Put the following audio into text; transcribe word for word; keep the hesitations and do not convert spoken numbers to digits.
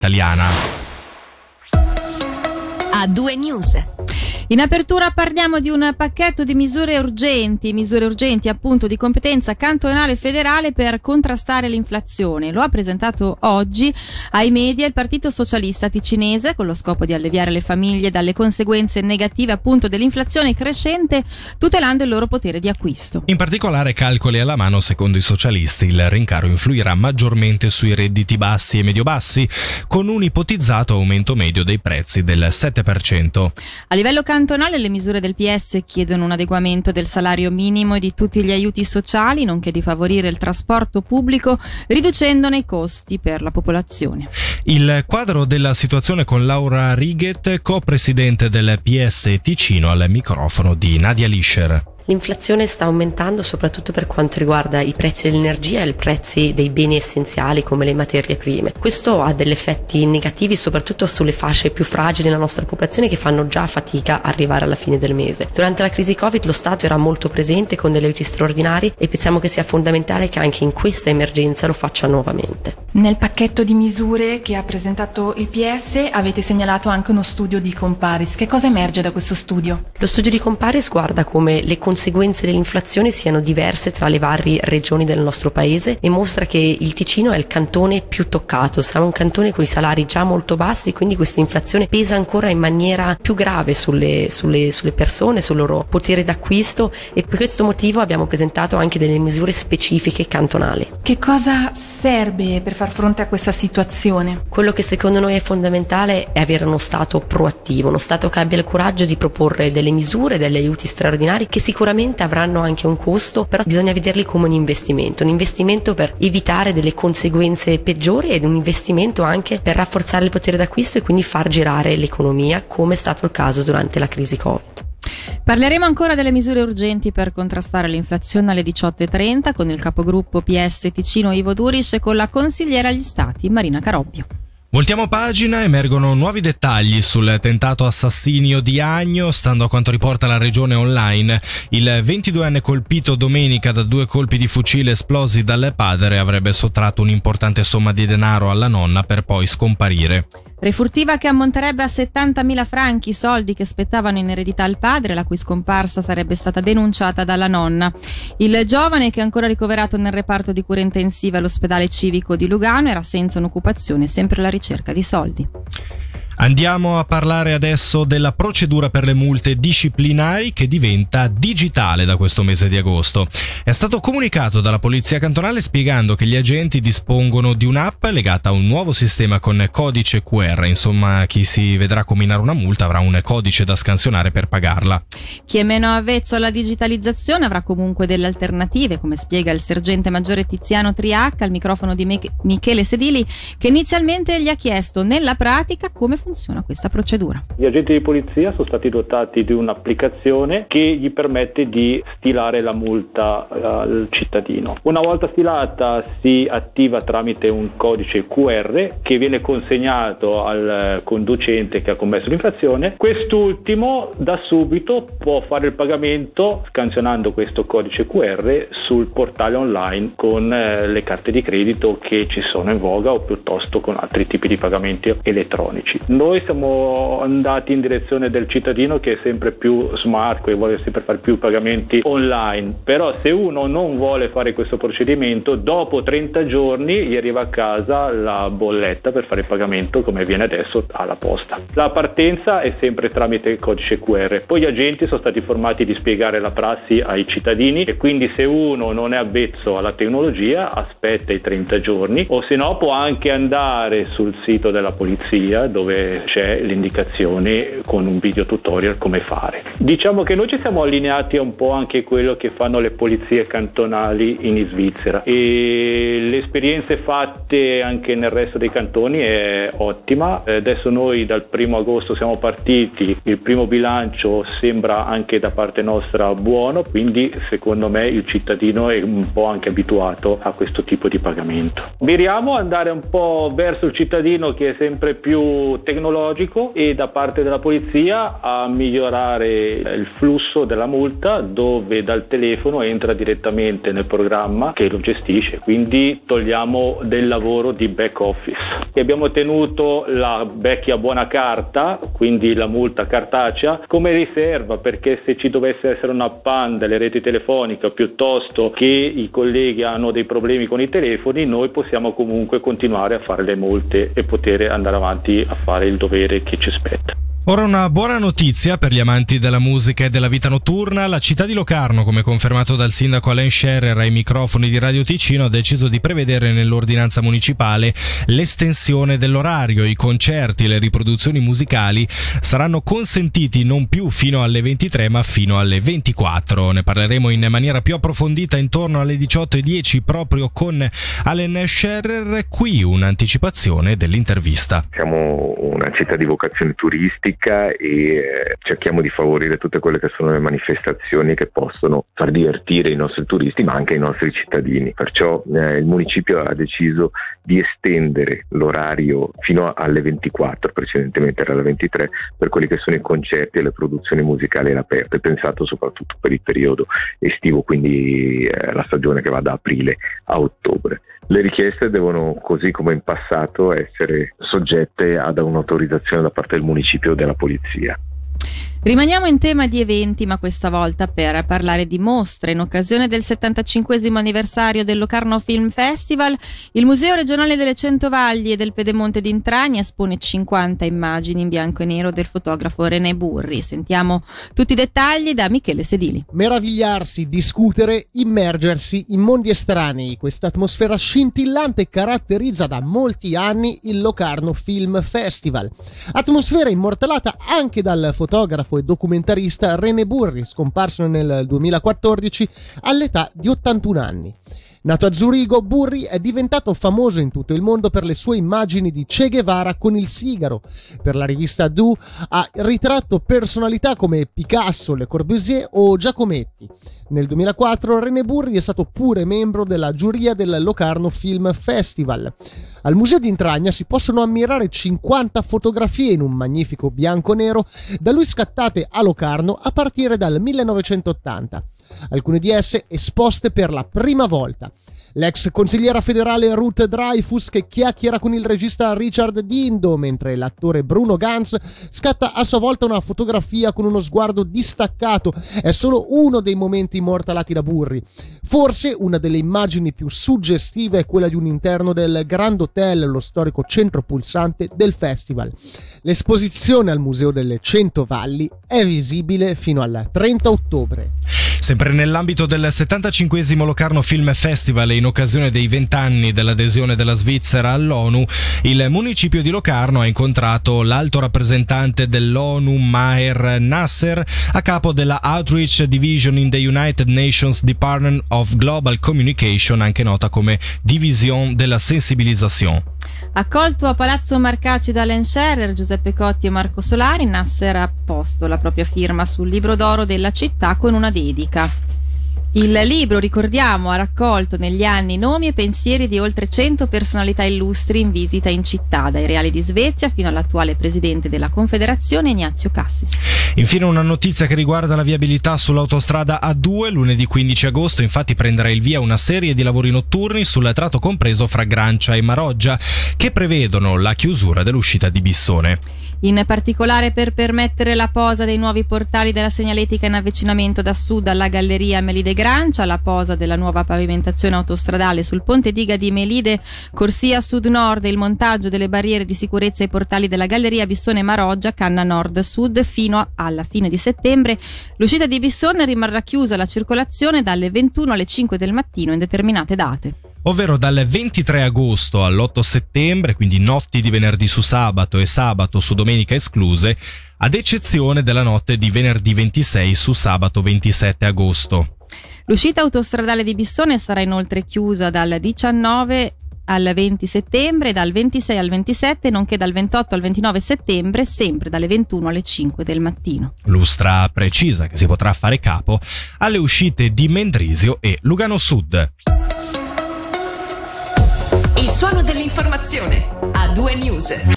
italiana. A due News. In apertura parliamo di un pacchetto di misure urgenti, misure urgenti appunto di competenza cantonale e federale per contrastare l'inflazione. Lo ha presentato oggi ai media il Partito Socialista Ticinese con lo scopo di alleviare le famiglie dalle conseguenze negative appunto dell'inflazione crescente, tutelando il loro potere di acquisto. In particolare, calcoli alla mano, secondo i socialisti il rincaro influirà maggiormente sui redditi bassi e medio-bassi, con un ipotizzato aumento medio dei prezzi del sette per cento. A livello cantonale le misure del P S chiedono un adeguamento del salario minimo e di tutti gli aiuti sociali, nonché di favorire il trasporto pubblico, riducendone i costi per la popolazione. Il quadro della situazione con Laura Righet, co-presidente del P S Ticino, al microfono di Nadia Lischer. L'inflazione sta aumentando soprattutto per quanto riguarda i prezzi dell'energia e i prezzi dei beni essenziali come le materie prime. Questo ha degli effetti negativi soprattutto sulle fasce più fragili della nostra popolazione che fanno già fatica a arrivare alla fine del mese. Durante la crisi Covid lo Stato era molto presente con degli aiuti straordinari e pensiamo che sia fondamentale che anche in questa emergenza lo faccia nuovamente. Nel pacchetto di misure che ha presentato il P S avete segnalato anche uno studio di Comparis. Che cosa emerge da questo studio? Lo studio di Comparis guarda come le conseguenze dell'inflazione siano diverse tra le varie regioni del nostro paese e mostra che il Ticino è il cantone più toccato, sarà un cantone con i salari già molto bassi, quindi questa inflazione pesa ancora in maniera più grave sulle, sulle, sulle persone, sul loro potere d'acquisto, e per questo motivo abbiamo presentato anche delle misure specifiche cantonali. Che cosa serve per far fronte a questa situazione? Quello che secondo noi è fondamentale è avere uno Stato proattivo, uno Stato che abbia il coraggio di proporre delle misure, degli aiuti straordinari che sicuramente avranno anche un costo, però bisogna vederli come un investimento, un investimento per evitare delle conseguenze peggiori ed un investimento anche per rafforzare il potere d'acquisto e quindi far girare l'economia, come è stato il caso durante la crisi Covid. Parleremo ancora delle misure urgenti per contrastare l'inflazione alle diciotto e trenta con il capogruppo P S Ticino Ivo Duris e con la consigliera agli Stati Marina Carobbio. Voltiamo pagina, emergono nuovi dettagli sul tentato assassinio di Agno. Stando a quanto riporta la regione online, il ventiduenne colpito domenica da due colpi di fucile esplosi dal padre avrebbe sottratto un'importante somma di denaro alla nonna per poi scomparire. Refurtiva che ammonterebbe a settantamila franchi, soldi che spettavano in eredità al padre, la cui scomparsa sarebbe stata denunciata dalla nonna. Il giovane, che è ancora ricoverato nel reparto di cura intensiva all'ospedale civico di Lugano, era senza un'occupazione, sempre alla ricerca di soldi. Andiamo a parlare adesso della procedura per le multe disciplinari che diventa digitale da questo mese di agosto. È stato comunicato dalla Polizia Cantonale spiegando che gli agenti dispongono di un'app legata a un nuovo sistema con codice Q R. Insomma, chi si vedrà comminare una multa avrà un codice da scansionare per pagarla. Chi è meno avvezzo alla digitalizzazione avrà comunque delle alternative, come spiega il sergente maggiore Tiziano Triacca al microfono di Michele Sedili, che inizialmente gli ha chiesto nella pratica come funziona funziona questa procedura. Gli agenti di polizia sono stati dotati di un'applicazione che gli permette di stilare la multa al cittadino. Una volta stilata si attiva tramite un codice Q R che viene consegnato al conducente che ha commesso l'infrazione. Quest'ultimo da subito può fare il pagamento scansionando questo codice Q R sul portale online con le carte di credito che ci sono in voga o piuttosto con altri tipi di pagamenti elettronici. Noi siamo andati in direzione del cittadino che è sempre più smart e vuole sempre fare più pagamenti online, però se uno non vuole fare questo procedimento, dopo trenta giorni gli arriva a casa la bolletta per fare il pagamento come viene adesso alla posta. La partenza è sempre tramite il codice Q R, poi gli agenti sono stati formati di spiegare la prassi ai cittadini e quindi se uno non è avvezzo alla tecnologia aspetta i trenta giorni o se no può anche andare sul sito della polizia dove c'è l'indicazione con un video tutorial come fare. Diciamo che noi ci siamo allineati un po' anche quello che fanno le polizie cantonali in Svizzera e le esperienze fatte anche nel resto dei cantoni è ottima. Adesso noi dal primo agosto siamo partiti, il primo bilancio sembra anche da parte nostra buono, quindi secondo me il cittadino è un po' anche abituato a questo tipo di pagamento. Miriamo andare un po' verso il cittadino che è sempre più tecnologico e da parte della polizia a migliorare il flusso della multa, dove dal telefono entra direttamente nel programma che lo gestisce, quindi togliamo del lavoro di back office. E abbiamo tenuto la vecchia buona carta, quindi la multa cartacea, come riserva, perché se ci dovesse essere una pan delle reti telefoniche piuttosto che i colleghi hanno dei problemi con i telefoni, noi possiamo comunque continuare a fare le multe e poter andare avanti a fare il dovere che ci spetta. Ora una buona notizia per gli amanti della musica e della vita notturna. La città di Locarno, come confermato dal sindaco Alain Scherer ai microfoni di Radio Ticino, ha deciso di prevedere nell'ordinanza municipale l'estensione dell'orario. I concerti e le riproduzioni musicali saranno consentiti non più fino alle ventitré ma fino alle ventiquattro. Ne parleremo in maniera più approfondita intorno alle diciotto e dieci proprio con Alain Scherer. Qui un'anticipazione dell'intervista. Siamo una città di vocazione turistica e eh, cerchiamo di favorire tutte quelle che sono le manifestazioni che possono far divertire i nostri turisti ma anche i nostri cittadini. Perciò eh, il municipio ha deciso di estendere l'orario fino alle ventiquattro, precedentemente era alle ventitré, per quelli che sono i concerti e le produzioni musicali all'aperto. È pensato soprattutto per il periodo estivo, quindi eh, la stagione che va da aprile a ottobre. Le richieste devono, così come in passato, essere soggette ad un'autorizzazione da parte del municipio o della polizia. Rimaniamo in tema di eventi, ma questa volta per parlare di mostre. In occasione del settantacinquesimo anniversario del Locarno Film Festival, il Museo regionale delle Centovalli e del Pedemonte d'Intragna espone cinquanta immagini in bianco e nero del fotografo René Burri. Sentiamo tutti i dettagli da Michele Sedili. Meravigliarsi, discutere, immergersi in mondi estranei. Questa atmosfera scintillante caratterizza da molti anni il Locarno Film Festival. Atmosfera immortalata anche dal fotografo e documentarista René Burri, scomparso nel duemilaquattordici all'età di ottantuno anni. Nato a Zurigo, Burri è diventato famoso in tutto il mondo per le sue immagini di Che Guevara con il sigaro. Per la rivista Du ha ritratto personalità come Picasso, Le Corbusier o Giacometti. Nel duemilaquattro René Burri è stato pure membro della giuria del Locarno Film Festival. Al Museo d'Intragna si possono ammirare cinquanta fotografie in un magnifico bianco-nero da lui scattate a Locarno a partire dal millenovecentottanta. Alcune di esse esposte per la prima volta. L'ex consigliera federale Ruth Dreyfus che chiacchiera con il regista Richard Dindo, mentre l'attore Bruno Ganz scatta a sua volta una fotografia con uno sguardo distaccato. È solo uno dei momenti immortalati da Burri. Forse una delle immagini più suggestive è quella di un interno del Grand Hotel, lo storico centro pulsante del festival. L'esposizione al Museo delle Centovalli è visibile fino al trenta ottobre. Sempre nell'ambito del settantacinquesimo Locarno Film Festival e in occasione dei vent'anni dell'adesione della Svizzera all'ONU, il municipio di Locarno ha incontrato l'alto rappresentante dell'ONU Maher Nasser a capo della Outreach Division in the United Nations Department of Global Communication, anche nota come Division della Sensibilisation. Accolto a Palazzo Marcaci da Alain Scherer, Giuseppe Cotti e Marco Solari, Nasser ha posto la propria firma sul libro d'oro della città con una dedica. Il libro, ricordiamo, ha raccolto negli anni nomi e pensieri di oltre cento personalità illustri in visita in città, dai reali di Svezia fino all'attuale presidente della Confederazione Ignazio Cassis. Infine una notizia che riguarda la viabilità sull'autostrada A due. Lunedì quindici agosto infatti prenderà il via una serie di lavori notturni sul tratto compreso fra Grancia e Maroggia, che prevedono la chiusura dell'uscita di Bissone. In particolare per permettere la posa dei nuovi portali della segnaletica in avvicinamento da sud alla galleria Melide Grancia, la posa della nuova pavimentazione autostradale sul ponte diga di Melide Corsia Sud-Nord e il montaggio delle barriere di sicurezza ai portali della galleria Bissone Maroggia Canna Nord-Sud fino alla fine di settembre. L'uscita di Bissone rimarrà chiusa alla circolazione dalle ventuno alle cinque del mattino in determinate date. Ovvero dal ventitré agosto all'otto settembre, quindi notti di venerdì su sabato e sabato su domenica escluse, ad eccezione della notte di venerdì ventisei su sabato ventisette agosto. L'uscita autostradale di Bissone sarà inoltre chiusa dal diciannove al venti settembre e dal ventisei al ventisette, nonché dal ventotto al ventinove settembre, sempre dalle ventuno alle cinque del mattino. Lustra precisa che si potrà fare capo alle uscite di Mendrisio e Lugano Sud. Il suono dell'informazione a due News.